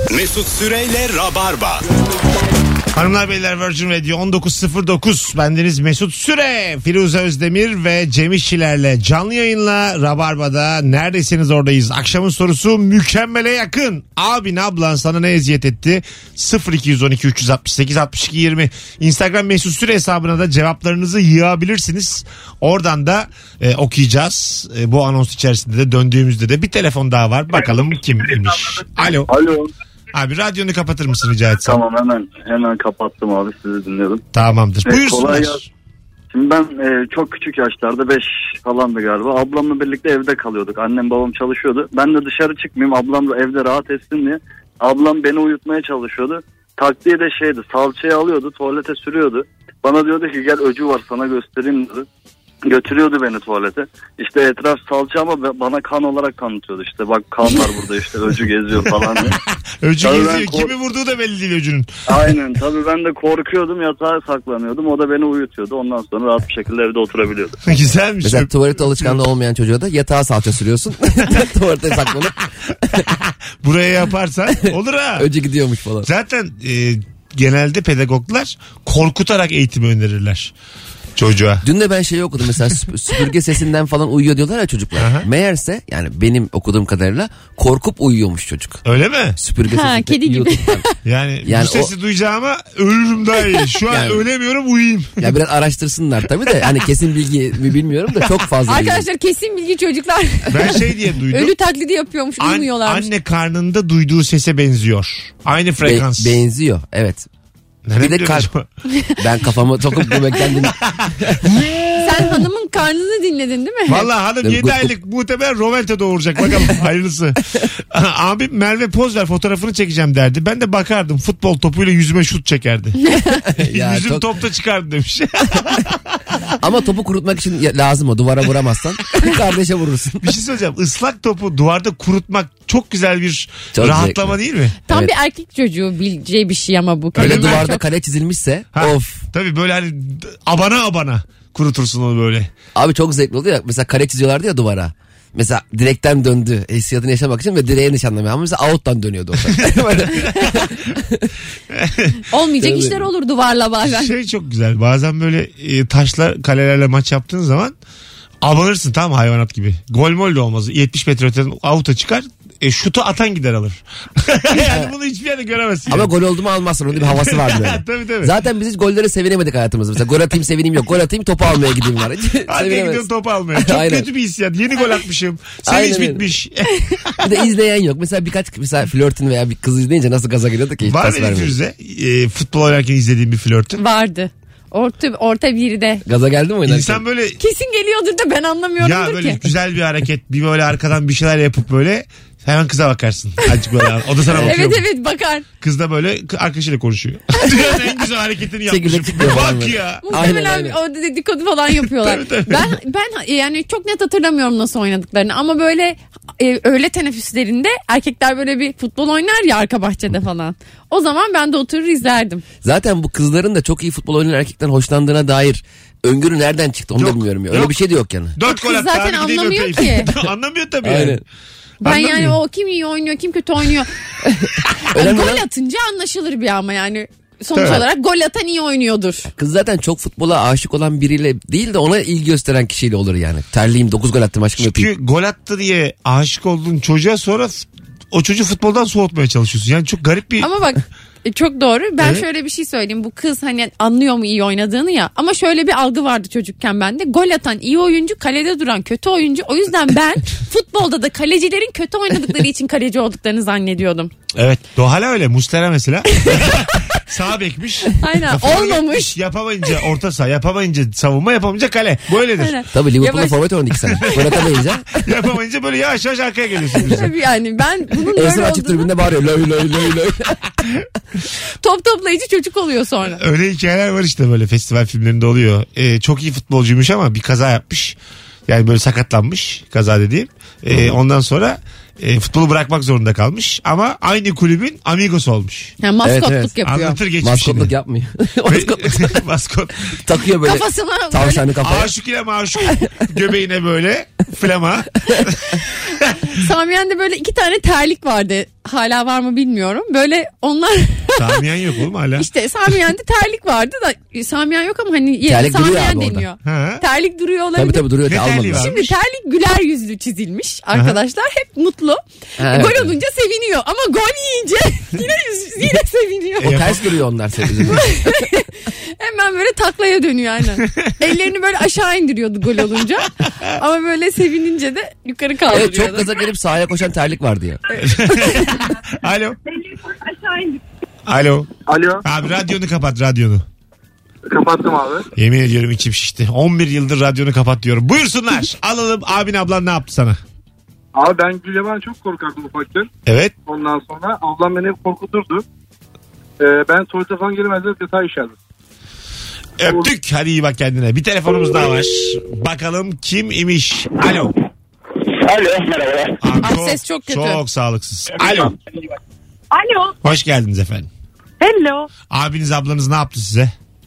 Mesut Süreyle Rabarba. Hanımlar beyler, Virgin Radio 19.09. Bendeniz Mesut Süre, Firuze Özdemir ve Cem İşçilerle canlı yayınla Rabarba'da neredesiniz oradayız. Akşamın sorusu mükemmele yakın. Abin ablan sana ne eziyet etti? 0212 368 62 20. Instagram Mesut Süre hesabına da cevaplarınızı yığabilirsiniz. Oradan da okuyacağız. Bu anons içerisinde de döndüğümüzde de bir telefon daha var. Bakalım kimmiş. Alo. Alo. Abi radyonu kapatır mısın rica etsem? Tamam, hemen kapattım abi, sizi dinliyorum. Tamamdır. Buyursunlar. Kolay gelsin. Şimdi ben çok küçük yaşlarda 5 falandı galiba. Ablamla birlikte evde kalıyorduk. Annem babam çalışıyordu. Ben de dışarı çıkmayayım, ablam da evde rahat etsin diye. Ablam beni uyutmaya çalışıyordu. Taktiği de şeydi, salçayı alıyordu, tuvalete sürüyordu. Bana diyordu ki gel öcü var sana göstereyim dedi. Götürüyordu beni tuvalete. İşte etraf salça ama bana kan olarak tanıtıyordu. İşte bak kan var burada, işte öcü geziyor falan diye. Öcü tabii geziyor. Kimi vurduğu da belli değil öcünün. Aynen, tabii ben de korkuyordum, yatağa saklanıyordum. O da beni uyutuyordu. Ondan sonra rahat bir şekilde evde oturabiliyordum. Güzelmiş. Mesela tuvalet alışkanlığı olmayan çocuğa da yatağa salça sürüyorsun. Tuvalete saklanıp. Buraya yaparsan olur ha. Öcü gidiyormuş falan. Zaten genelde pedagoglar korkutarak eğitimi önerirler çocuğa. Dün de ben şeyi okudum mesela, süpürge sesinden falan uyuyor diyorlar ya çocuklar. Aha. Meğerse yani benim okuduğum kadarıyla korkup uyuyormuş çocuk. Öyle mi? Süpürge Ha, sesi. kedi gibi. YouTube'dan. Yani Yani bu sesi duyacağıma ölürüm daha iyi. Şu an Yani. ölemiyorum, uyuyayım. Ya biraz araştırsınlar tabii de hani kesin bilgi mi bilmiyorum da çok fazla. Arkadaşlar kesin bilgi, çocuklar Ben şey diye duydum. ölü taklidi yapıyormuş, uyumuyorlarmış. Anne karnında duyduğu sese benziyor. Aynı frekans. Benziyor evet. Nereden Bir de biliyorsun acaba? Ben kafamı sokup gülmekten Sen hanımın karnını dinledin değil mi? Vallahi hanım Tabii, 7 aylık muhtemelen Rovelta doğuracak. Bakalım hayırlısı. Abim Merve poz ver fotoğrafını çekeceğim derdi. Ben de bakardım, futbol topuyla yüzüme şut çekerdi. Ya Yüzüm çok- topta çıkardı demiş. Ama topu kurutmak için lazım o. Duvara vuramazsan kardeşe vurursun. Bir şey söyleyeceğim. Islak topu duvarda kurutmak çok güzel bir Çok rahatlama zevkli. değil mi? Tam Evet. bir erkek çocuğu bileceği bir şey ama bu. Öyle Öyle mi? duvarda Çok- kale çizilmişse Ha, of. Tabii böyle hani abana kurutursun onu böyle. Abi çok zevkli oluyor ya. Mesela kare çiziyorlardı ya duvara. Mesela direkten döndü hissiyatını yaşamak için ve direğe nişanlamıyor. Ama mesela out'tan dönüyordu o. Böyle. Olmayacak Tabii. işler olur duvarla bazen. Şey çok güzel. Bazen böyle taşla kalelerle maç yaptığın zaman abanırsın, tamam, hayvanat gibi. Gol mol de olmaz. 70 metre öteden out'a çıkar. Şutu atan gider alır. Yani bunu hiçbir yerde göremezsin. Ama yani. gol oldu mu almazsın. Onun bir havası var böyle. Tabii. Zaten biz hiç golleri sevinemedik hayatımızda. Mesela gol atayım sevineyim yok. Gol atayım topu almaya gideyim var. Hiç Hadi sevinemeyiz. gidiyorum topu almaya. Çok Aynen. kötü bir hissiyat. Yeni gol atmışım. Aynen Sevinç öyle. bitmiş. Bir de izleyen yok. Mesela mesela flörtün veya bir kız izleyince nasıl gaza geliyordu ki hiç Var pas benim vermiyor. Firuze futbol oynarken izlediğim bir flörtün. Vardı. Orta biri de. Gaza geldi mi oynarken? İnsan böyle Kesin geliyordur da ben anlamıyorumdur ya böyle ki. güzel bir hareket, bir böyle arkadan bir şeyler yapıp böyle hemen kıza bakarsın. Azıcık böyle. O da sana bakıyor. Evet bakar. Kız da böyle arkadaşıyla konuşuyor. Dünyanın en güzel hareketini Çekirdek yapmışım. çitliyor falan Bak böyle. ya. Muhtemelen Aynen. o dedikodu falan yapıyorlar. Tabii. Ben yani çok net hatırlamıyorum nasıl oynadıklarını ama böyle öğle teneffüslerinde erkekler böyle bir futbol oynar ya arka bahçede falan. O zaman ben de oturur izlerdim. Zaten bu kızların da çok iyi futbol oynayan erkekten hoşlandığına dair öngörü nereden çıktı onu Yok, da bilmiyorum ya. Öyle yok. bir şey de yok yani. 4 gol Kız attı zaten abi, gideyim anlamıyor öpeyim. ki. Anlamıyor tabii Aynen. yani. Ben Anlamıyor. yani o kim iyi oynuyor kim kötü oynuyor. Önemli Gol olan atınca anlaşılır bir ama yani. Sonuç Evet. olarak gol atan iyi oynuyordur. kız zaten çok futbola aşık olan biriyle değil de ona ilgi gösteren kişiyle olur yani. Terliyim 9 gol attım aşkım öpeyim. Çünkü gol attı diye aşık olduğun çocuğa sonra o çocuğu futboldan soğutmaya çalışıyorsun. Yani çok garip bir... Ama bak çok doğru. Ben Evet. şöyle bir şey söyleyeyim. Bu kız hani anlıyor mu iyi oynadığını ya. Ama şöyle bir algı vardı çocukken bende. Gol atan iyi oyuncu, kalede duran kötü oyuncu. O yüzden ben futbolda da kalecilerin kötü oynadıkları için kaleci olduklarını zannediyordum. Evet. Hala öyle. Muslera mesela. Sağ bekmiş. Aynen. Kafana Olmamış. gitmiş, yapamayınca orta saha, yapamayınca savunma, yapamayınca kale. Böyledir. Aynen. Tabii Liverpool'da Yavaş- forvet oynadı 2 sene. Gol atamayınca Yapamayınca böyle yavaş yavaş arkaya geliyorsun. Tabii yani ben bunun Ersin böyle açık olduğunu tribünde bağırıyor. Löy löy löy löy. top toplayıcı çocuk oluyor sonra. Öyle hikayeler var işte, böyle festival filmlerinde oluyor. Çok iyi futbolcuymuş ama bir kaza yapmış. Yani böyle sakatlanmış, kaza dediğim. Ondan sonra futbolu bırakmak zorunda kalmış. Ama aynı kulübün amigosu olmuş. Yani maskotluk Evet. yapıyor. Anlatır geçmişini. Maskotluk yapmıyor. Maskotluk Maskot. takıyor böyle Kafasına böyle tavşanı kafaya. Aşık ile maşuk göbeğine böyle flama. Samiyen'de böyle 2 tane terlik vardı. Hala var mı bilmiyorum. Böyle onlar Samiyen yok oğlum hala. işte Samiyen'de terlik vardı da Samiyen yok ama hani Terlik duruyor Samiyen abi orada. deniyor. Ha. Terlik duruyor olabilir. Tabii duruyor. Ne terliği Almadılar. var? Şimdi terlik güler yüzlü çizilmiş arkadaşlar. Hep mutlu. Ha, evet. Gol olunca seviniyor ama gol yiyince yine seviniyor. O ters duruyor onlar senin yüzünden. Hemen böyle taklaya dönüyor aynen. Ellerini böyle aşağı indiriyordu gol olunca. Ama böyle sevinince de yukarı kaldırıyordu. Evet, çok gaza gelip sahaya koşan terlik vardı ya. Alo. Alo. Alo. Abi radyonu kapat radyonu. Kapattım abi. Yemin ediyorum içim şişti. 11 yıldır radyonu kapat diyorum. Buyursunlar. Alalım abin ablan ne yaptı sana? Abi ben Gülleman çok korkardım ufakken. Evet. Ondan sonra ablam beni hep korkuturdu. Ben tuvalete falan girmezdim, detay işerdim. Öptük. Hadi iyi bak kendine. Bir telefonumuz daha var. Bakalım kim imiş? Alo. Alo merhabalar. Abi ses çok kötü. Çok sağlıksız. Alo. Alo. Hoş geldiniz efendim. Hello. Abiniz ablanız ne yaptı size?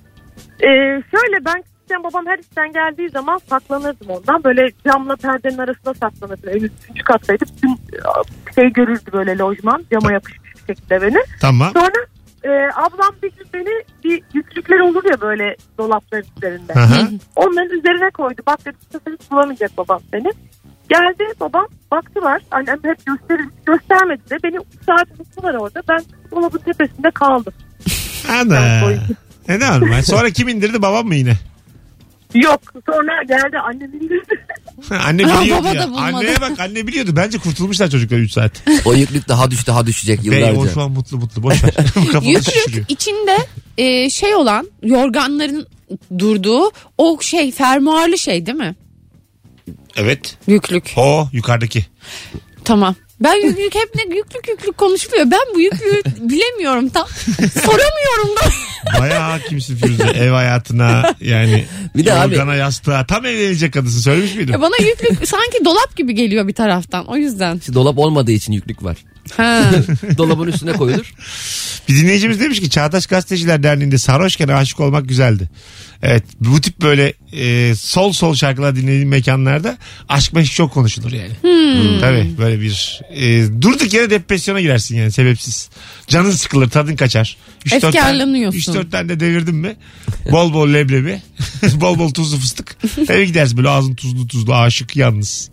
Şöyle ben küçükken babam her işten geldiği zaman saklanırdım ondan. Böyle camla perdenin arasında saklanırdım. Evin 3. kattaydı. Bütün görürdü böyle lojman. Cama yapışmış bir şekilde beni. Tamam. Sonra ablam bir gün beni bir yüklükler olur ya böyle dolapların üzerinde. Aha. Onların üzerine koydu. Bak dedi bu sefer hiç bulamayacak babam seni. Geldi babam baktılar. Annem hep göstermedi de beni 3 saat tuttular orada. Ben dolabın tepesinde kaldım. Ana. Ne normal. Sonra kim indirdi babam mı yine? Yok sonra geldi annem indirdi. Anne biliyordu baba da ya. bulmadı. Anneye bak anne biliyordu. Bence kurtulmuşlar çocuklar 3 saat. O yüklük daha düşecek Bey o yıllarca. şu an mutlu boş ver. Kafamı şişiriyor. Yüklük içinde şey olan yorganların durduğu o şey fermuarlı şey değil mi? Evet. Yüklük. O yukarıdaki. Tamam. Ben yüklük hep ne yüklük konuşuluyor. Ben bu yüklüğü bilemiyorum tam. Soramıyorum da. Bayağı hakimsin Firuze. Ev hayatına yani Bir de abi- yorgana yastığa. Tam evlenecek kadınsın. Söylemiş miydim? Bana yüklük sanki dolap gibi geliyor bir taraftan. O yüzden. İşte dolap olmadığı için yüklük var. Ha. Dolabın üstüne koyulur. Bir dinleyicimiz demiş ki Çağdaş Gazeteciler Derneği'nde sarhoşken aşık olmak güzeldi. Evet bu tip böyle sol şarkılar dinlediğim mekanlarda aşk meşk çok konuşulur yani. Tabii böyle bir durduk yere depresyona girersin yani sebepsiz. Canın sıkılır tadın kaçar. Efkarlanıyorsun. 3-4 tane de devirdin mi bol bol leblebi bol bol tuzlu fıstık eve gidersin böyle ağzın tuzlu aşık yalnız.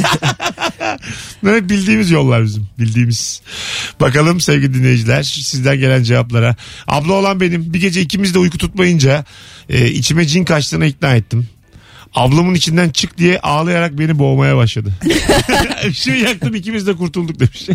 Böyle bildiğimiz yollar bizim bildiğimiz. Bakalım sevgili dinleyiciler sizden gelen cevaplara. Abla olan benim bir gece ikimiz de uyku tutmayınca içime cin kaçtığına ikna ettim. Ablamın içinden çık diye ağlayarak beni boğmaya başladı. Işığı yaktım ikimiz de kurtulduk demiş.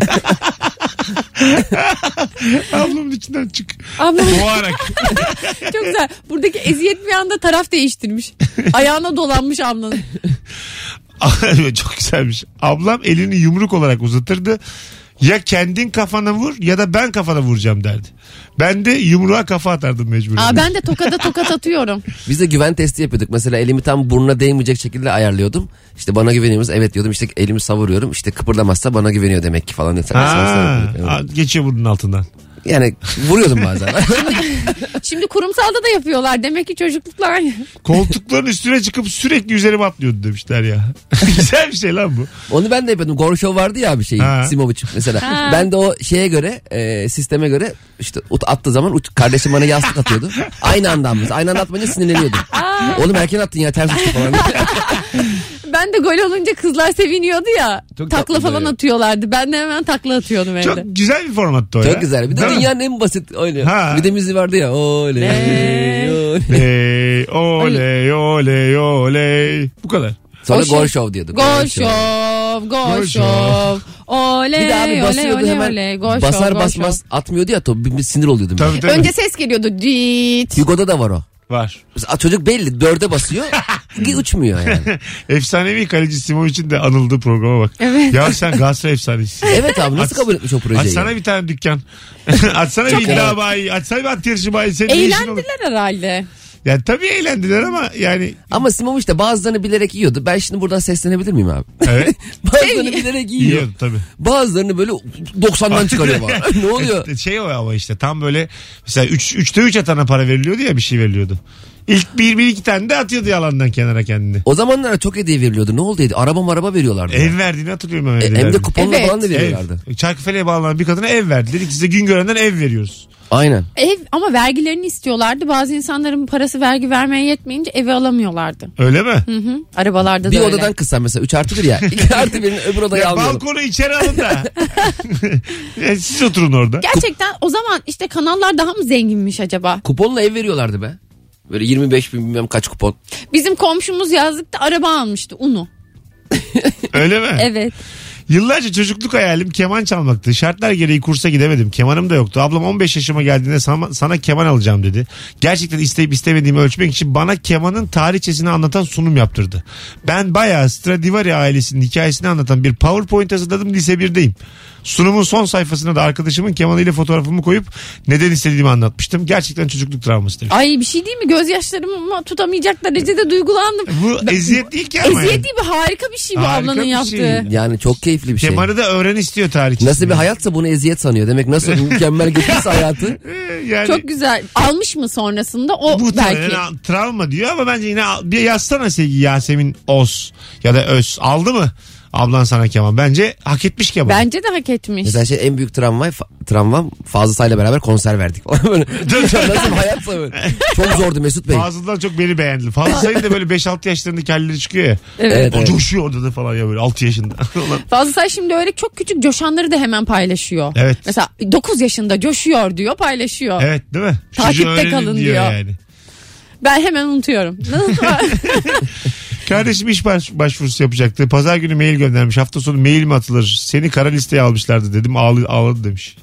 Ablamın içinden çık. Boğarak. Çok güzel. Buradaki eziyet bir anda taraf değiştirmiş. Ayağına dolanmış ablanın. Çok güzelmiş. Ablam elini yumruk olarak uzatırdı. Ya kendin kafana vur ya da ben kafana vuracağım derdi. Ben de yumruğa kafa atardım mecburen. Ben de tokat atıyorum. Biz de güven testi yapıyorduk. Mesela elimi tam burnuna değmeyecek şekilde ayarlıyordum. İşte bana güveniyor musun? Evet diyordum. İşte elimi savuruyorum. İşte kıpırdamazsa bana güveniyor demek ki falan. Geçiyor burnun altından. Yani vuruyordum bazen. Şimdi kurumsalda da yapıyorlar. Demek ki çocukluklar. Koltukların üstüne çıkıp sürekli üzerime atlıyordu demişler ya. Güzel bir şey lan bu. Onu ben de yapıyordum. Gorshov vardı ya bir şey. Simovic mesela. Ben de o şeye göre sisteme göre işte attığı zaman kardeşim bana yastık atıyordu. Aynı anda mı? Aynı anda atmayınca sinirleniyordum. Oğlum erken attın ya ters uçtu falan. Ben de gol olunca kızlar seviniyordu ya. Çok takla tatlı falan ya. atıyorlardı. Ben de hemen takla atıyordum evde. Çok güzel bir formattı o ya. Çok güzel. Bir de Değil mi? dünyanın en basit oyunu. Ha. Bir de müziği vardı ya. Oley. Oley oley oley oley. Bu kadar. Sonra O şey- Gorshov diyorduk. Golşov. Oley Bir de abi oley basıyordu oley hemen oley. Golşov, basar golşov. basmaz atmıyordu ya top. Bir sinir oluyordum. Tabii, ben. tabii. Önce ses geliyordu. Dit. Hugo'da da var o. Var. Mesela çocuk belli 4'e basıyor. Uçmuyor yani. Efsanevi kaleci Simovic'in de anıldığı programa bak. Evet. Ya sen Galatasaray efsanesisin. Evet abi nasıl kabul etmiş o projeyi? Açsana bir tane dükkan. Açsana bir iddia bayi. Açsana bir at yarışı bayi. Senin ne işin olur? Eğlendiler herhalde. Yani tabii eğlendiler ama yani. Ama Simovic de bazılarını bilerek yiyordu. Ben şimdi buradan seslenebilir miyim abi? Evet. Bazılarını bilerek yiyor. Tabii. Bazılarını böyle 90'dan çıkarıyor bana. Ne oluyor? Şey o ama işte tam böyle mesela 3'te 3 atana para veriliyordu ya, bir şey veriliyordu. İlk bir iki tane de atıyordu yalandan kenara kendini. O zamanlara çok hediye veriliyordu. Ne oldu hediye? Araba veriyorlardı. Ev verdiğini hatırlıyorum öyle. Hem de kuponla falan da veriyorlardı. Çarkıfele'ye bağlanan bir kadına ev verdi. Dedik size Güngören'den ev veriyoruz. Aynen. Ev ama vergilerini istiyorlardı. Bazı insanların parası vergi vermeye yetmeyince evi alamıyorlardı. Öyle mi? Hı. Arabalarda bir da öyle. Bir odadan kıssan mesela 3+1 ya. 2+1'in öbür odayı almayalım. Balkonu içeri alın da. Siz oturun orada. Gerçekten o zaman işte kanallar daha mı zenginmiş acaba? Kuponla ev veriyorlardı be. Böyle 25 bin bilmem kaç kupon. Bizim komşumuz yazlıkta araba almıştı, Uno. Öyle mi? Evet. Yıllarca çocukluk hayalim keman çalmaktı. Şartlar gereği kursa gidemedim. Kemanım da yoktu. Ablam 15 yaşıma geldiğinde sana keman alacağım dedi. Gerçekten isteyip istemediğimi ölçmek için bana kemanın tarihçesini anlatan sunum yaptırdı. Ben bayağı Stradivari ailesinin hikayesini anlatan bir PowerPoint hazırladım, lise 1'deyim. Sunumun son sayfasına da arkadaşımın kemanıyla fotoğrafımı koyup neden istediğimi anlatmıştım. Gerçekten çocukluk travması demiş. Ay bir şey değil mi? Gözyaşlarımı tutamayacak derecede duygulandım. Bu eziyet değil ki ama. Eziyet değil mi? Harika bir şey bu Harika ablanın bir yaptığı. şey. Yani çok keyifli bir şey. Kemanı da öğren istiyor tarihçesi. Nasıl bir hayatsa bunu eziyet sanıyor. Demek nasıl mükemmel geçirse hayatı. Yani, çok güzel. Almış mı sonrasında o belki. Travma diyor ama bence yine bir yazsana sevgili Yasemin Oz ya da Öz. Aldı mı ablan sana keman? Bence hak etmiş keman. Bence de hak etmiş. Mesela en büyük travmam Fazıl Say'la beraber konser verdik. Böyle. Nasıl bir hayatsa böyle. Çok zordu Mesut Bey. Fazıl'dan çok beni beğendi. Fazıl Say'ın da böyle 5-6 yaşlarındaki halleri çıkıyor ya. Evet. O coşuyor orada da falan ya böyle 6 yaşında. Fazıl Say şimdi öyle çok küçük coşanları da hemen paylaşıyor. Evet. Mesela 9 yaşında coşuyor diyor, paylaşıyor. Evet değil mi? Takipte kalın diyor. Yani. Ben hemen unutuyorum. Kardeşim iş başvurusu yapacaktı. Pazar günü mail göndermiş. Hafta sonu mail mi atılır? Seni kara listeye almışlardı dedim. Ağladı demiş.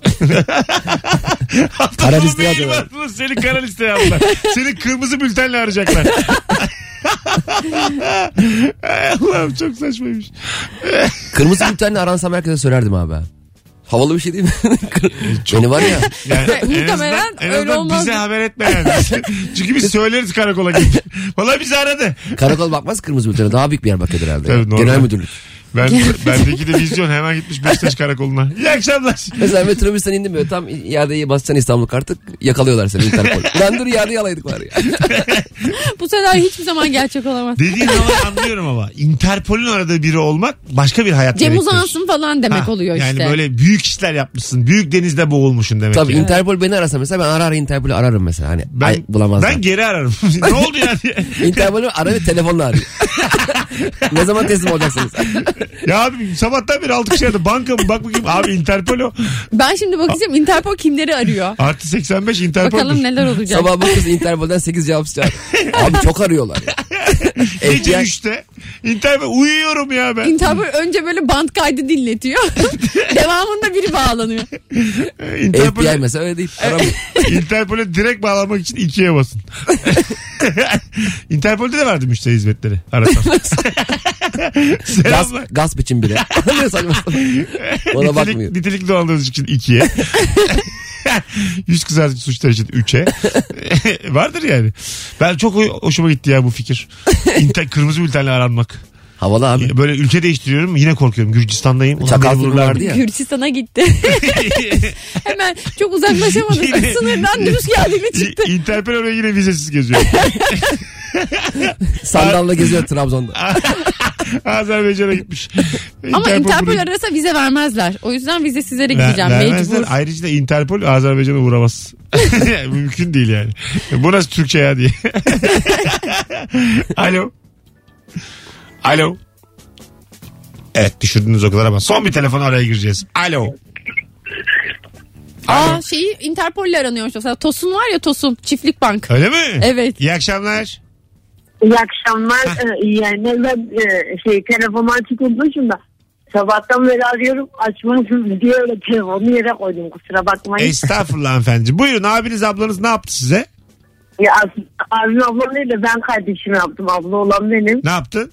Hafta kara sonu listeye mail mi atılır? Seni kara listeye aldılar. Seni kırmızı bültenle arayacaklar. Allah'ım çok saçmaymış. Kırmızı bültenle aransam herkese söylerdim abi. Havalı bir şey değil mi? Beni var ya. Yani muhtemelen öyle olmaz. Bize haber etme yani. Çünkü biz söyleriz karakola gidip. Valla bizi aradı. Karakol bakmaz kırmızı bültene. Daha büyük bir yer bakıyordur herhalde. Tabii, Genel müdürlük. Bendeki de vizyon hemen gitmiş Beşiktaş karakoluna. İyi akşamlar. Mesela metrobüsten indim böyle tam iadeyi basacaksın İstanbul kartı yakalıyorlar seni Interpol. Ulan dur iadeyi alaydık var ya. Bu senaryo hiçbir zaman gerçek olamaz. Dediğin zaman anlıyorum ama Interpol'ün aradığı biri olmak başka bir hayat Cem gerektirir. Uzansın falan demek oluyor işte. Yani böyle büyük işler yapmışsın. Büyük denizde boğulmuşsun demek. Tabii yani. Interpol beni arasa mesela ben arar Interpol'ü ararım mesela. Hani bulamazlar. Ben geri ararım. Ne oldu ya diye. Interpol'ü arar ve telefonla arıyor. Ne zaman teslim olacaksınız? Ya abi sabahtan beri 6 kişi aradı. Banka mı? Bak bakayım. Abi Interpol o. Ben şimdi bakacağım Interpol kimleri arıyor. Artı 85 Interpol. Bakalım neler olacak. Sabah bakıyoruz Interpol'den 8 cevap çağır. Abi çok arıyorlar ya. Gece 3'te. Interpol uyuyorum ya ben. Interpol önce böyle band kaydı dinletiyor. Devamında biri bağlanıyor. FBI mesela öyle değil. Interpol'e direkt bağlanmak için 2'ye basın. Interpol'de de vardı müşteri hizmetleri. Arasam. Selamlar. Gasp için bile. Ona bakmıyor. Nitelikli dolandırıcı için 2'ye. Yüz kızartıcı suçlar için 3'e. Vardır yani. Ben çok hoşuma gitti ya bu fikir. Kırmızı bültenle aranmak. Havalı abi. Böyle ülke değiştiriyorum yine korkuyorum. Gürcistan'dayım. Çakal filmi vardı ya. Gürcistan'a gitti. Hemen çok uzaklaşamadı. Sınırdan dürüst geldiğini çıktı. Interpol oraya yine vizesiz geziyor. Sandalla geziyor Trabzon'da. Azerbaycan'a gitmiş. Ama Interpol arasa vize vermezler. O yüzden vize sizlere gideceğim. Mecbur. Ayrıca da Interpol Azerbaycan'a uğramaz. Mümkün değil yani. Bu nasıl Türkçe ya diye. Alo. Alo. Evet düşürdünüz o kadar ama son bir telefon araya gireceğiz. Alo. Interpol'le aranıyormuş. Mesela Tosun var ya, Tosun Çiftlik Bank. Öyle mi? Evet. İyi akşamlar. İyi akşamlar. Yani ben telefonu açık unutmuşum da sabahtan beri arıyorum, açmazsınız diye öyle telefonu yere koydum, kusura bakmayın. Estağfurullah hanımefendi. Buyurun, abiniz ablanız ne yaptı size? Ya aslında abim ablam değil de ben kardeşimi yaptım, abla olan benim. Ne yaptın?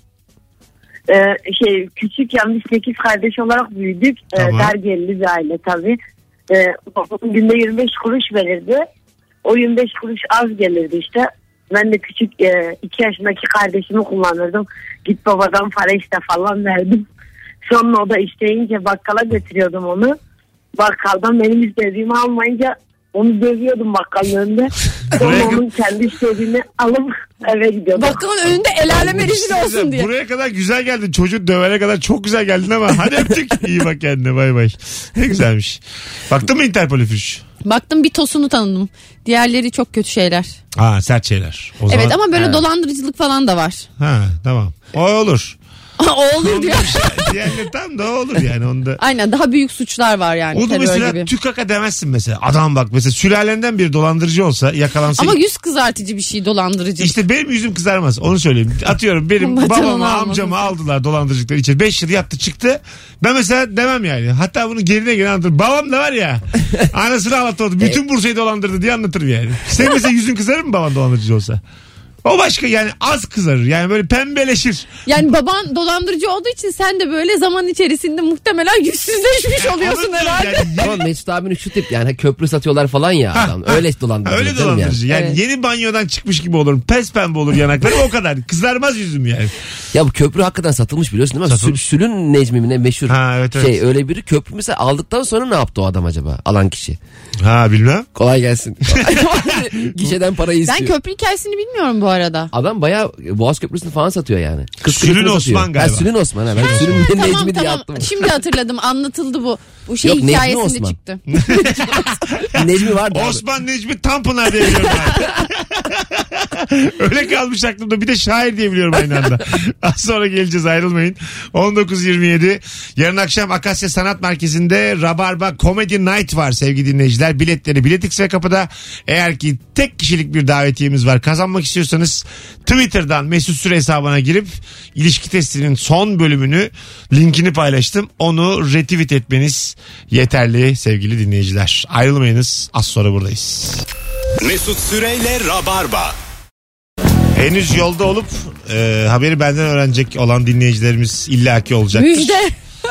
Küçükken biz 8 kardeş olarak büyüdük. Tamam. Dar gelirli bir aile tabii. Babam günde 25 kuruş verirdi. O 25 kuruş az gelirdi işte. Ben de küçük 2 yaşındaki kardeşimi kullanırdım. Git babadan para iste falan derdim. Sonra o da isteyince bakkala götürüyordum onu. Bakkaldan benim istediğimi almayınca onu dövüyordum bakkalın önünde. Sonra onun kendi istediğini alıp eve gidiyordum. Bakkalın önünde el aleme rezil olsun diye. Buraya kadar güzel geldin. Çocuğu dövene kadar çok güzel geldin ama hadi öptük. İyi bak kendine, bay bay. Ne güzelmiş. Baktın mı Interpol Firuş? Baktım, bir tosunu tanıdım. Diğerleri çok kötü şeyler. Ha, sert şeyler. O Evet zaman... ama böyle dolandırıcılık falan da var. Ha, tamam. O olur. O olur diyor. Diğerleri tam da o olur yani onda. Aynen, daha büyük suçlar var yani. O da mesela gibi. Tükaka demezsin mesela. Adam bak mesela sülalenden bir dolandırıcı olsa yakalansın. Ama yüz kızartıcı bir şey dolandırıcı. İşte benim yüzüm kızarmaz, onu söyleyeyim. Atıyorum benim babamı amcamı aldılar dolandırıcılıklar için. 5 yıl yattı çıktı. Ben mesela demem yani. Hatta bunu gerine geri anlatırım. Babam da var ya anasını ağlatırdı. Bütün Bursa'yı dolandırdı diye anlatırım yani. Sen mesela yüzün kızarır mı baban dolandırıcı olsa? O başka yani, az kızarır yani, böyle pembeleşir. Yani baban dolandırıcı olduğu için sen de böyle zaman içerisinde muhtemelen yüzsüzleşmiş oluyorsun herhalde. Yani, ama Mesut abinin şu tip yani köprü satıyorlar falan ya adam. Öyle dolandırıcı. Öyle dolandırıcı. Yani evet. Yeni banyodan çıkmış gibi olurum. Pes pembe olur yanakları, o kadar. Kızarmaz yüzüm yani. Ya bu köprü hakikaten satılmış biliyorsun değil mi? Satılmış. Sülün Necmi mi ne meşhur evet. Öyle biri köprü mesela aldıktan sonra ne yaptı o adam acaba? Alan kişi. Ha, bilmem. Kolay gelsin. Gişeden parayı istiyor. Ben köprü hikayesini bilmiyorum bu arada. Adam bayağı Boğaz Köprüsü'nü falan satıyor yani. Sülün Osman galiba. Sülün Osman. Ben Sülün Necmi diye attım. Şimdi hatırladım, anlatıldı bu. Bu şey Yok, hikayesinde çıktı. Necmi vardı Osman abi. Necmi Tanpınar diye biliyorum ben. Öyle kalmış aklımda. Bir de şair diye biliyorum aynı anda. Az sonra geleceğiz, ayrılmayın. 19.27 yarın akşam Akasya Sanat Merkezi'nde Rabarba Comedy Night var sevgili dinleyiciler. Biletleri Biletix ve kapıda. Eğer ki tek kişilik bir davetiyemiz var, kazanmak istiyorsanız Twitter'dan Mesut Süre hesabına girip ilişki testinin son bölümünü, linkini paylaştım. Onu retweet etmeniz yeterli sevgili dinleyiciler. Ayrılmayınız, az sonra buradayız. Mesut Süreyle Rabarba. Henüz yolda olup haberi benden öğrenecek olan dinleyicilerimiz illaki olacaktır. Müjde.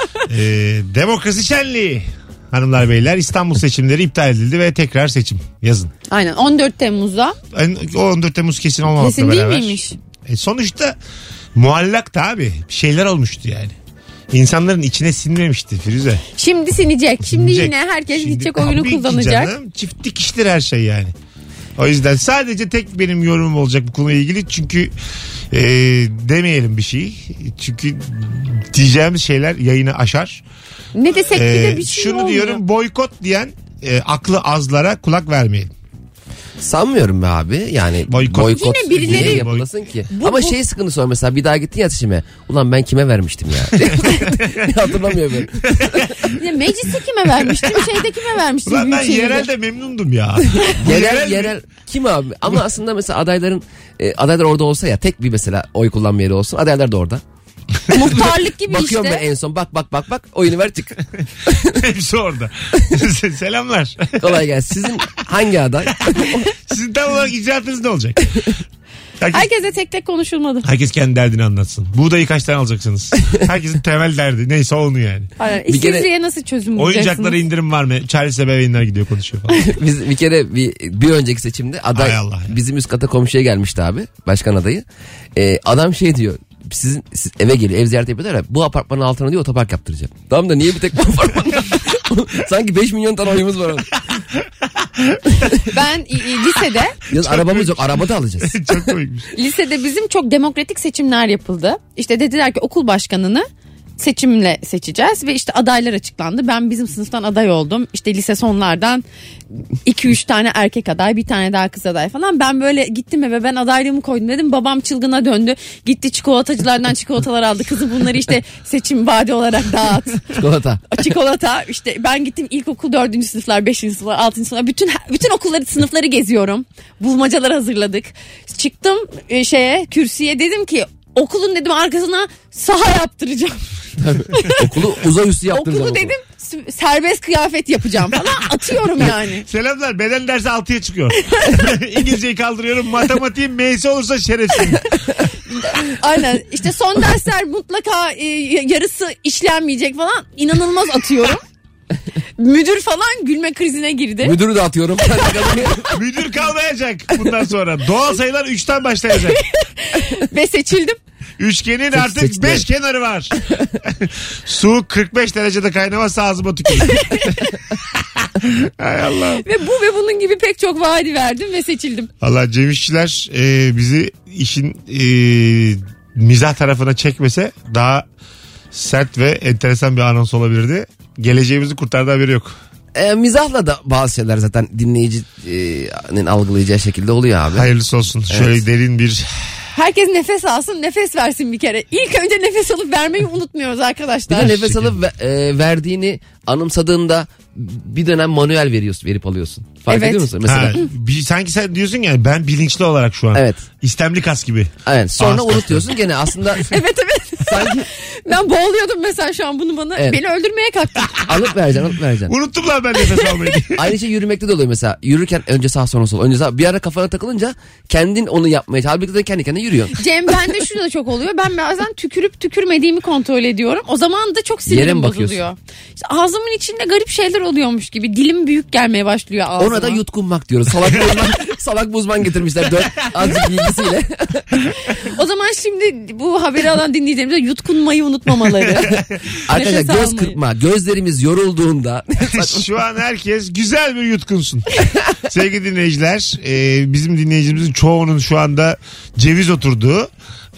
Demokrasi şenliği. Hanımlar beyler, İstanbul seçimleri iptal edildi ve tekrar seçim yazın. Aynen 14 Temmuz'da. O 14 Temmuz kesin olmamakla kesin beraber. değil miymiş? Sonuçta muallak da abi bir şeyler olmuştu yani. İnsanların içine sinmemişti Firuze. Şimdi sinecek. Şimdi yine herkes gidecek oyunu kullanacak. Canım, çift dikiştir her şey yani. O yüzden sadece tek benim yorumum olacak bu konuyla ilgili. Çünkü demeyelim bir şey. Çünkü diyeceğimiz şeyler yayını aşar. Ne desek de bir şey şunu olmuyor. diyorum, boykot diyen aklı azlara kulak vermeyin. Sanmıyorum be abi. Yani boykot yine birileri yapılasın ki. Ama şey sıkıntısı var mesela, bir daha gittin ya seçime. Ulan ben kime vermiştim ya? Hatırlamıyor ben. Meclise kime vermiştim? Şeyde kime vermiştim? Ulan ben yerelde memnundum ya. yerel kim abi? Ama aslında mesela adaylar orada olsa ya, tek bir mesela oy kullanma yeri olsun. Adaylar da orada. Muhtarlık gibi Bakıyorum işte. ben en son bak oyunu ver çık. Hepsi orada. Selamlar. Kolay gelsin. Sizin hangi aday? Sizin tam olarak icraatınız ne olacak? Herkese tek tek konuşulmadı. Herkes kendi derdini anlatsın. Buğdayı kaç tane alacaksınız? Herkesin temel derdi. Neyse onu yani. Aynen. İşsizliğe nasıl çözüm bulacaksınız? Oyuncaklara indirim var mı? Çaresi ebeveynler gidiyor konuşuyor falan. Biz bir kere bir önceki seçimde aday bizim üst kata komşuya gelmişti abi. Başkan adayı. Adam şey diyor. Siz eve geliyor, ev ziyareti yapıyorlar ya, bu apartmanın altına diyor otopark yaptıracağım. Tamam da niye bir tek bu apartmanda? Sanki 5 milyon tane oyumuz var. Ben lisede... Yalnız arabamız yok, araba da alacağız. Çok koymuş. Lisede bizim çok demokratik seçimler yapıldı. İşte dediler ki okul başkanını seçimle seçeceğiz ve işte adaylar açıklandı. Ben bizim sınıftan aday oldum. İşte lise sonlardan 2-3 tane erkek aday, bir tane daha kız aday falan. Ben böyle gittim eve, ben adaylığımı koydum dedim. Babam çılgına döndü. Gitti çikolatacılardan çikolatalar aldı. Kızı bunları işte seçim vaadi olarak dağıt. Çikolata. İşte ben gittim ilkokul 4. sınıflar, 5. sınıflar, 6. sınıflar. Bütün okulları, sınıfları geziyorum. Bulmacalar hazırladık. Çıktım kürsüye, dedim ki okulun dedim arkasına saha yaptıracağım. Okulu uzay üstü yaptıracağım. Okulu dedim serbest kıyafet yapacağım falan, atıyorum yani. Selamlar, beden dersi 6'ya çıkıyor. İngilizceyi kaldırıyorum, matematiğin M'si olursa şerefsiz. Aynen, işte son dersler mutlaka yarısı işlenmeyecek falan, inanılmaz atıyorum. Müdür falan gülme krizine girdi. Müdürü de atıyorum. Müdür kalmayacak bundan sonra. Doğal sayılar 3'ten başlayacak. Ve seçildim. Üçgenin artık 5 kenarı var. Su 45 derecede kaynamazsa ağzıma tükürür. Hay Allah. Ve bunun gibi pek çok vaadi verdim ve seçildim. Allah, Cem İşçiler bizi işin mizah tarafına çekmese daha sert ve enteresan bir anons olabilirdi. Geleceğimizi kurtardı, haberi yok. Mizahla da bazı şeyler zaten dinleyicinin algılayacağı şekilde oluyor abi. Hayırlısı olsun. Evet. Şöyle derin bir... Herkes nefes alsın, nefes versin bir kere. İlk önce nefes alıp vermeyi unutmuyoruz arkadaşlar. Bir de nefes alıp verdiğini anımsadığında bir dönem manuel verip alıyorsun. Fark ediyor musun? Mesela. Sanki sen diyorsun yani ben bilinçli olarak şu an. Evet. İstemli kas gibi. Evet. Sonra unutuyorsun gene aslında. Evet. Sanki... Ben boğuluyordum mesela şu an bunu bana. Evet. Beni öldürmeye kalktın. Alıp vereceksin. Unuttum lan ben nefes almayı. Aynı şey yürümekte de oluyor mesela. Yürürken önce sağ sonra sol. Önce sağ. Bir ara kafana takılınca kendin onu yapmaya çalışıyorsun. Halbuki de kendi kendine yürüyor. Cem, bende şu da çok oluyor. Ben bazen tükürüp tükürmediğimi kontrol ediyorum. O zaman da çok sinirim bozuluyor. İşte ağzımın içinde garip şeyler oluyormuş gibi. Dilim büyük gelmeye başlıyor ağzıma. Ona da yutkunmak diyoruz. Salak buzman getirmişler 4 azıcık bilgisiyle. O zaman şimdi bu haberi alan dinleyicilerimize yutkunmayı unutmamaları. Arkadaşlar göz kırpma. Gözlerimiz yorulduğunda. Şu an herkes güzel bir yutkunsun. Sevgili dinleyiciler, bizim dinleyicimizin çoğunun şu anda ceviz oturduğu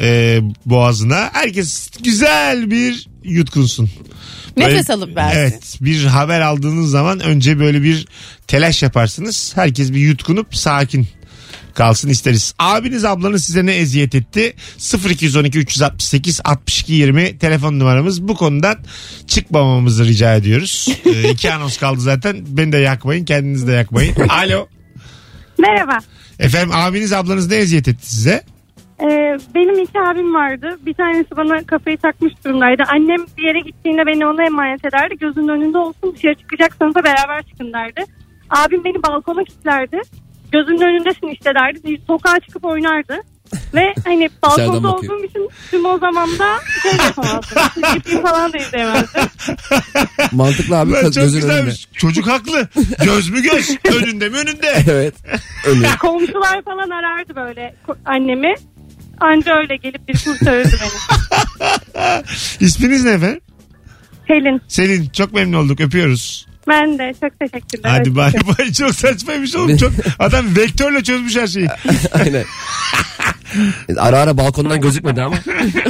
boğazına. Herkes güzel bir yutkunsun. Nefes alıp versin. Evet, bir haber aldığınız zaman önce böyle bir telaş yaparsınız. Herkes bir yutkunup sakin kalsın isteriz. Abiniz ablanız size ne eziyet etti? 0212 368 62 20 telefon numaramız. Bu konudan çıkmamamızı rica ediyoruz. 2 anons kaldı zaten. Beni de yakmayın, kendinizi de yakmayın. Alo. Merhaba. Efendim, abiniz ablanız ne eziyet etti size? Benim 2 abim vardı. Bir tanesi bana kafayı takmış durumdaydı. Annem bir yere gittiğinde beni ona emanet ederdi. Gözünün önünde olsun, dışarı çıkacaksanız da beraber çıkın derdi. Abim beni balkona kilitlerdi. Gözünün önündesin işte derdi. Sokağa çıkıp oynardı. Ve hani balkonda olduğum için tüm o zamanda şey yapamazdım. Gittiğim falan da izleyemezdim. Mantıklı abi. Çok güzelmiş. Çocuk haklı. Göz mü göz? Önünde mi önünde? Evet. Komşular falan arardı böyle annemi. Anca öyle gelip bir kurtarırdı beni. İsminiz ne efendim? Selin. Selin, çok memnun olduk, öpüyoruz. Ben de çok teşekkürler. Hadi bay bay. Çok saçmaymış oğlum. Çok, adam vektörle çözmüş her şeyi. Aynen. Ara balkondan gözükmedi ama.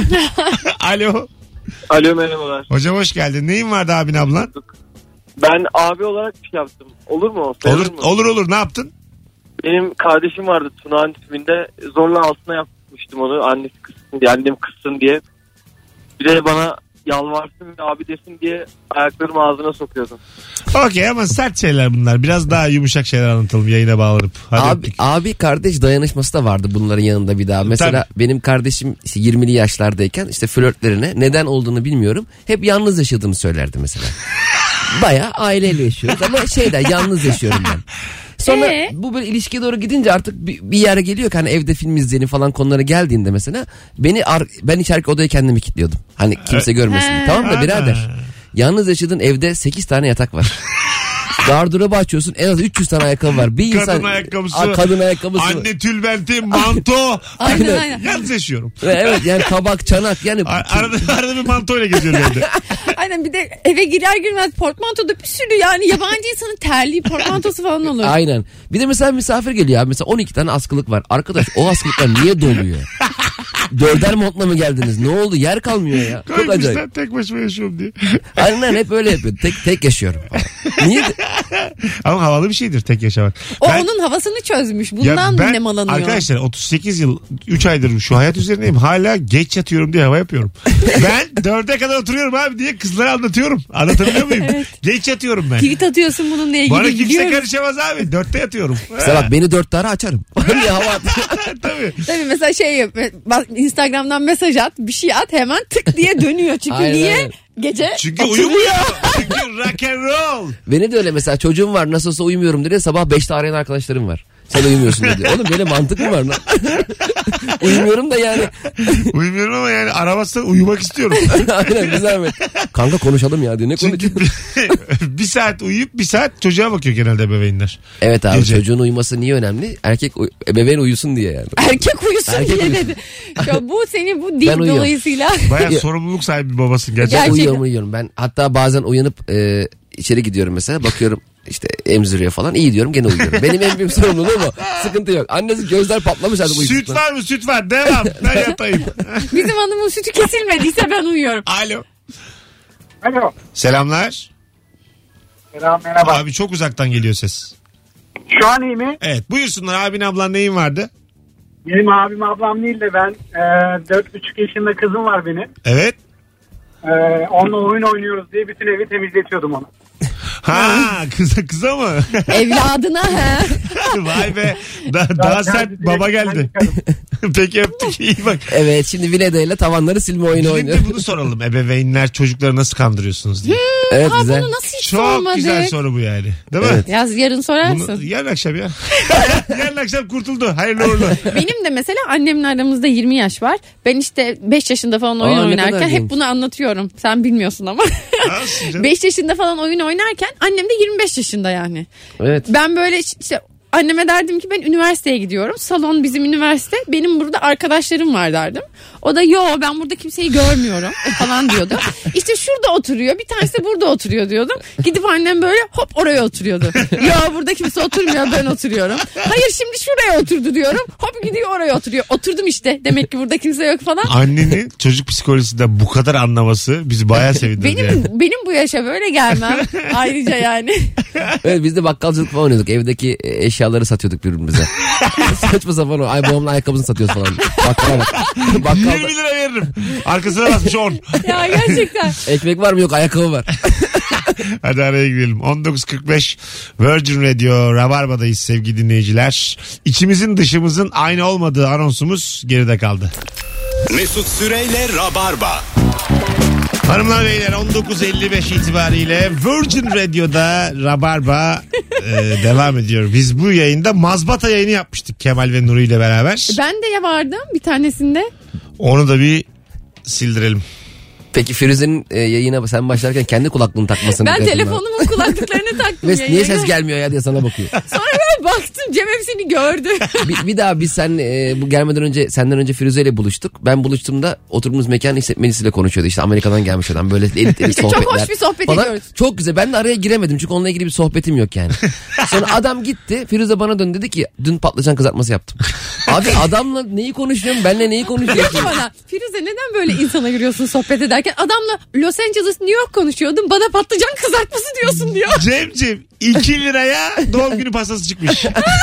Alo. Alo, merhabalar. Hocam hoş geldin. Neyin vardı abin ablan? Ben abi olarak bir şey yaptım. Olur mu? Olur. Ne yaptın? Benim kardeşim vardı Tunağan isminde. Zorla altına yapmıştım onu. Annesi kızsın diye, annem kızsın diye. Bir de bana yalvarsın ve abi desin diye ayaklarımı ağzına sokuyordum. Okey, ama sert şeyler bunlar. Biraz daha yumuşak şeyler anlatalım yayına bağlanıp. Abi kardeş dayanışması da vardı bunların yanında bir daha. Mesela benim kardeşim işte 20'li yaşlardayken işte flörtlerine neden olduğunu bilmiyorum. Hep yalnız yaşadığını söylerdi mesela. Bayağı aileyle yaşıyoruz ama yalnız yaşıyorum ben. Sonra bu böyle ilişkiye doğru gidince artık bir yere geliyor ki hani evde film izleyelim falan konulara geldiğinde mesela ben içeriki odaya kendimi kilitliyordum. Hani kimse görmesin. Tamam da birader, yalnız yaşadığın evde 8 tane yatak var. Gardırobu açıyorsun, en az 300 tane ayakkabı var. Bir kadın ayakkabısı. Kadın ayakkabısı. Anne tülbenti, manto. Aynen. Yalnız yaşıyorum. Evet, yani tabak, çanak yani. Arada bir mantoyla geziyorum evde. Aynen, bir de eve girer girmez portmantoda bir sürü yani yabancı insanın terliği portmantosu falan olur. Aynen. Bir de mesela misafir geliyor abi. Mesela 12 tane askılık var. Arkadaş o askılıklar niye doluyor? 4'er montla mı geldiniz? Ne oldu? Yer kalmıyor ya. Çok acayip. Tek başıma yaşıyorum diye. Aynen, hep öyle yapıyor. Tek yaşıyorum. Niye? Ama havalı bir şeydir tek yaşamak. Onun havasını çözmüş. Bundan mı nemalanıyor? Arkadaşlar 38 yıl 3 aydır şu hayat üzerindeyim. Hala geç yatıyorum diye hava yapıyorum. Ben 4'e kadar oturuyorum abi diye kızlara anlatıyorum. Anlatabiliyor muyum? Evet. Geç yatıyorum ben. Tweet atıyorsun bununla ilgili. Bana kimse karışamaz abi. 4'te yatıyorum. Mesela bak, beni 4 tane açarım. Niye hava at? Tabii mesela Instagram'dan mesaj at, bir şey at, hemen tık diye dönüyor. Çünkü aynen, niye? Aynen. Gece çünkü uyumuyor. Çünkü rock and roll. Beni de öyle, mesela çocuğum var, nasıl olsa uyumuyorum diye sabah 5'te arayan arkadaşlarım var. Sen uyumuyorsun dedi. Oğlum böyle mantık mı var lan? Uyumuyorum da yani. Uyumuyorum ama yani aramazsan uyumak istiyorum. Aynen bir zahmet. Kanka konuşalım ya diyor. Ne konuşuyorsun? Bir saat uyuyup bir saat çocuğa bakıyor genelde ebeveynler. Evet abi Gece. çocuğun uyuması niye önemli? Ebeveyn uyusun diye yani. Erkek uyusun diye dedi. Ya bu seni bu dil dolayısıyla. Bayağı sorumluluk sahibi bir babasın gerçekten. Uyuyorum. Ben hatta bazen uyanıp içeri gidiyorum mesela bakıyorum işte emziriyor falan. İyi diyorum gene uyuyorum. Benim en büyük sorumluluğum o. Sıkıntı yok. Annesi gözler patlamış artık uykusuna. Süt var mı? Süt var. Devam. Ben yatayım. Bizim hanımın sütü kesilmediyse ben uyuyorum. Alo. Alo. Selamlar. Selam merhaba. Abi çok uzaktan geliyor ses. Şu an iyi mi? Evet buyursunlar abin ablan neyin vardı? Benim abim ablam değil de ben 4,5 yaşında kızım var benim. Evet. Onunla oyun oynuyoruz diye bütün evi temizletiyordum onu. Ha kıza mı? Evladına he. Vay be. Daha sert baba geldi. Peki öptük iyi bak. Evet şimdi Vilede'yle tavanları silme oyunu oynuyor. Şimdi bunu soralım. Ebeveynler çocukları nasıl kandırıyorsunuz diye. Evet güzel. Bunu nasıl hiç Çok sormadık. güzel soru bu yani. Değil mi? Evet. Yarın sorarsın. Bunu, yarın akşam ya. Yarın akşam kurtuldu. Hayırlı uğurlu. Benim de mesela annemle aramızda 20 yaş var. Ben işte 5 yaşında falan oyun oynarken hep bunu anlatıyorum. Sen bilmiyorsun ama. 5 yaşında falan oyun oynarken annem de 25 yaşında yani. Evet. Ben böyle işte anneme derdim ki ben üniversiteye gidiyorum. Salon bizim üniversite. Benim burada arkadaşlarım var derdim. O da yo ben burada kimseyi görmüyorum falan diyordu. İşte şurada oturuyor. Bir tanesi de burada oturuyor diyordum. Gidip annem böyle hop oraya oturuyordu. Yo burada kimse oturmuyor ben oturuyorum. Hayır şimdi şuraya oturdu diyorum. Hop gidiyor oraya oturuyor. Oturdum işte. Demek ki burada kimse yok falan. Annenin çocuk psikolojisinde bu kadar anlaması bizi bayağı sevindirdi. Benim bu yaşa böyle gelmem. Ayrıca yani. Evet biz de bakkalcılık falan oynuyorduk. Evdeki eşyaları satıyorduk birbirimize. Saçma sapan o. Ay babamın ayakkabısını satıyoruz falan. Bakkala bak. 20 lira veririm. Arkasına basmış 10. Ya gerçekten. Ekmek var mı yok ayakkabı var. Hadi araya girelim. 19.45 Virgin Radio Rabarba'dayız sevgili dinleyiciler. İçimizin dışımızın aynı olmadığı anonsumuz geride kaldı. Mesut Süreyle Rabarba. Hanımlar beyler 19.55 itibariyle Virgin Radio'da Rabarba devam ediyor. Biz bu yayında mazbata yayını yapmıştık Kemal ve Nuri ile beraber. Ben de vardım bir tanesinde. Onu da bir sildirelim. Peki Firuze'nin yayına sen başlarken kendi kulaklığını takmasını ben telefonumun kulaklıklarını taktım. Ve niye ses gelmiyor ya diye sana bakıyor. Sonra ben baktım Cem hepsini gördü. bir daha biz bu gelmeden önce senden önce Firuze ile buluştuk. Ben buluştuğumda oturduğumuz mekan işletmecisiyle konuşuyordu. İşte Amerika'dan gelmiş adam böyle elit sohbetler. Çok hoş bir sohbet falan. ediyoruz. Çok güzel. Ben de araya giremedim çünkü onunla ilgili bir sohbetim yok yani. Sonra adam gitti. Firuze bana döndü dedi ki dün patlıcan kızartması yaptım. Abi adamla neyi konuşuyorum? Benle neyi konuşuyorsun? Bana Firuze neden böyle insana giriyorsun sohbet ederken? Adamla Los Angeles New York konuşuyordum. Bana patlıcan kızartması diyorsun diyor. Cem'ciğim 2 liraya doğum günü pastası çıkmış.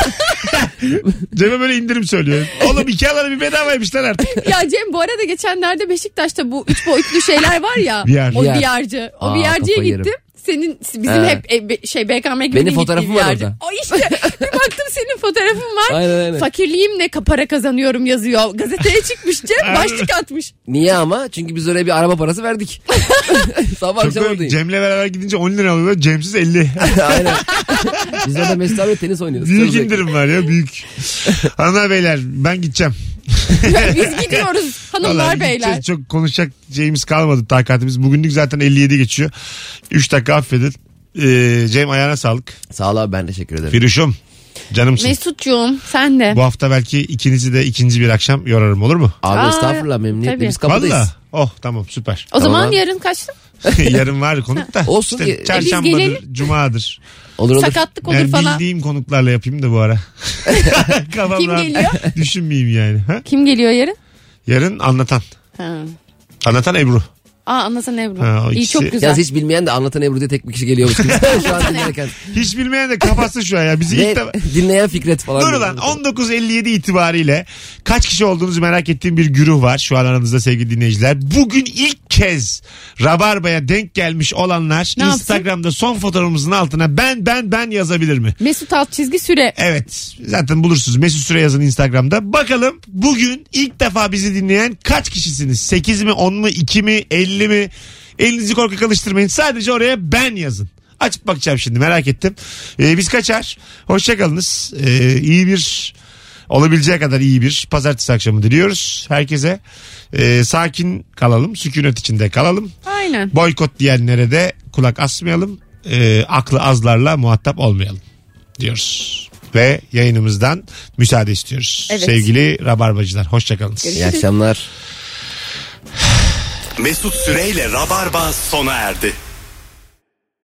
Cem'e böyle indirim söylüyor. Oğlum 2 alanı bir bedavaymış lan artık. Ya Cem bu arada geçenlerde Beşiktaş'ta bu 3 boyutlu şeyler var ya. VR. O VR'cı. O VR'cıya gittim. Bizim hep BKM gibi benim fotoğrafım var orada. O işte bir baktım senin fotoğrafın var. Aynen. Fakirliğimle para kazanıyorum yazıyor. Gazeteye çıkmış Cem başlık atmış. Niye ama? Çünkü biz oraya bir araba parası verdik. Sabah akşam oradayım. Cem'le beraber gidince 10 lira alıyorlar. Cem'siz 50. Aynen. Biz orada Mesut abi tenis oynuyoruz. Büyük indirim var ya büyük. Hanımlar beyler ben gideceğim. Biz gidiyoruz hanımlar beyler. Çok konuşacak şeyimiz kalmadı takatimiz. Bugünlük zaten 57 geçiyor. 3 dakika affedin. Cem ayağına sağlık. Sağ ol abi ben teşekkür ederim. Firuş'um canımsın. Mesut'cuğum sen de. Bu hafta belki ikinizi de ikinci bir akşam yorarım olur mu? Abi estağfurullah memnuniyetle tabii. biz kapıdayız. Valla. Oh tamam süper. O zaman Tamam. yarın kaçtım? Yarın var konuk da. Olsun İşte ki- çarşambadır, cumadır. Olur. Sakatlık olur Yani falan. bildiğim konuklarla yapayım da bu ara. Kafam Kim rahat. geliyor? Düşünmeyeyim yani. Ha? Kim geliyor yarın? Yarın anlatan. Ha. Anlatan Ebru. Anlatan Ebru. Ha, o İyi ikisi- çok güzel. Yalnız hiç bilmeyen de anlatan Ebru diye tek bir kişi geliyormuş gibi. Şu an dinlerken. Hiç bilmeyen de kapatsın şu an ya. Bizi ilk defa... Dinleyen Fikret falan. Dur lan 19.57 itibariyle kaç kişi olduğunuzu merak ettiğim bir güruh var şu an aranızda sevgili dinleyiciler. Bugün ilk kez Rabarba'ya denk gelmiş olanlar Ne Instagram'da son fotoğrafımızın altına ben yazabilir mi? Mesut _ Süre. Evet zaten bulursunuz Mesut Süre yazın Instagram'da. Bakalım bugün ilk defa bizi dinleyen kaç kişisiniz? 8 mi 10 mu 2 mi 50 mi? Elinizi korkak alıştırmayın sadece oraya ben yazın. Açıp bakacağım şimdi, merak ettim. Biz kaçar. Hoşçakalınız. İyi bir, olabileceği kadar iyi bir pazartesi akşamı diliyoruz herkese. Sakin kalalım, sükunet içinde kalalım. Aynen. Boykot diyenlere de kulak asmayalım. Aklı azlarla muhatap olmayalım diyoruz. Ve yayınımızdan müsaade istiyoruz. Evet. Sevgili Rabarbacılar, hoşçakalın. İyi akşamlar. Mesut Süreyle Rabarba sona erdi.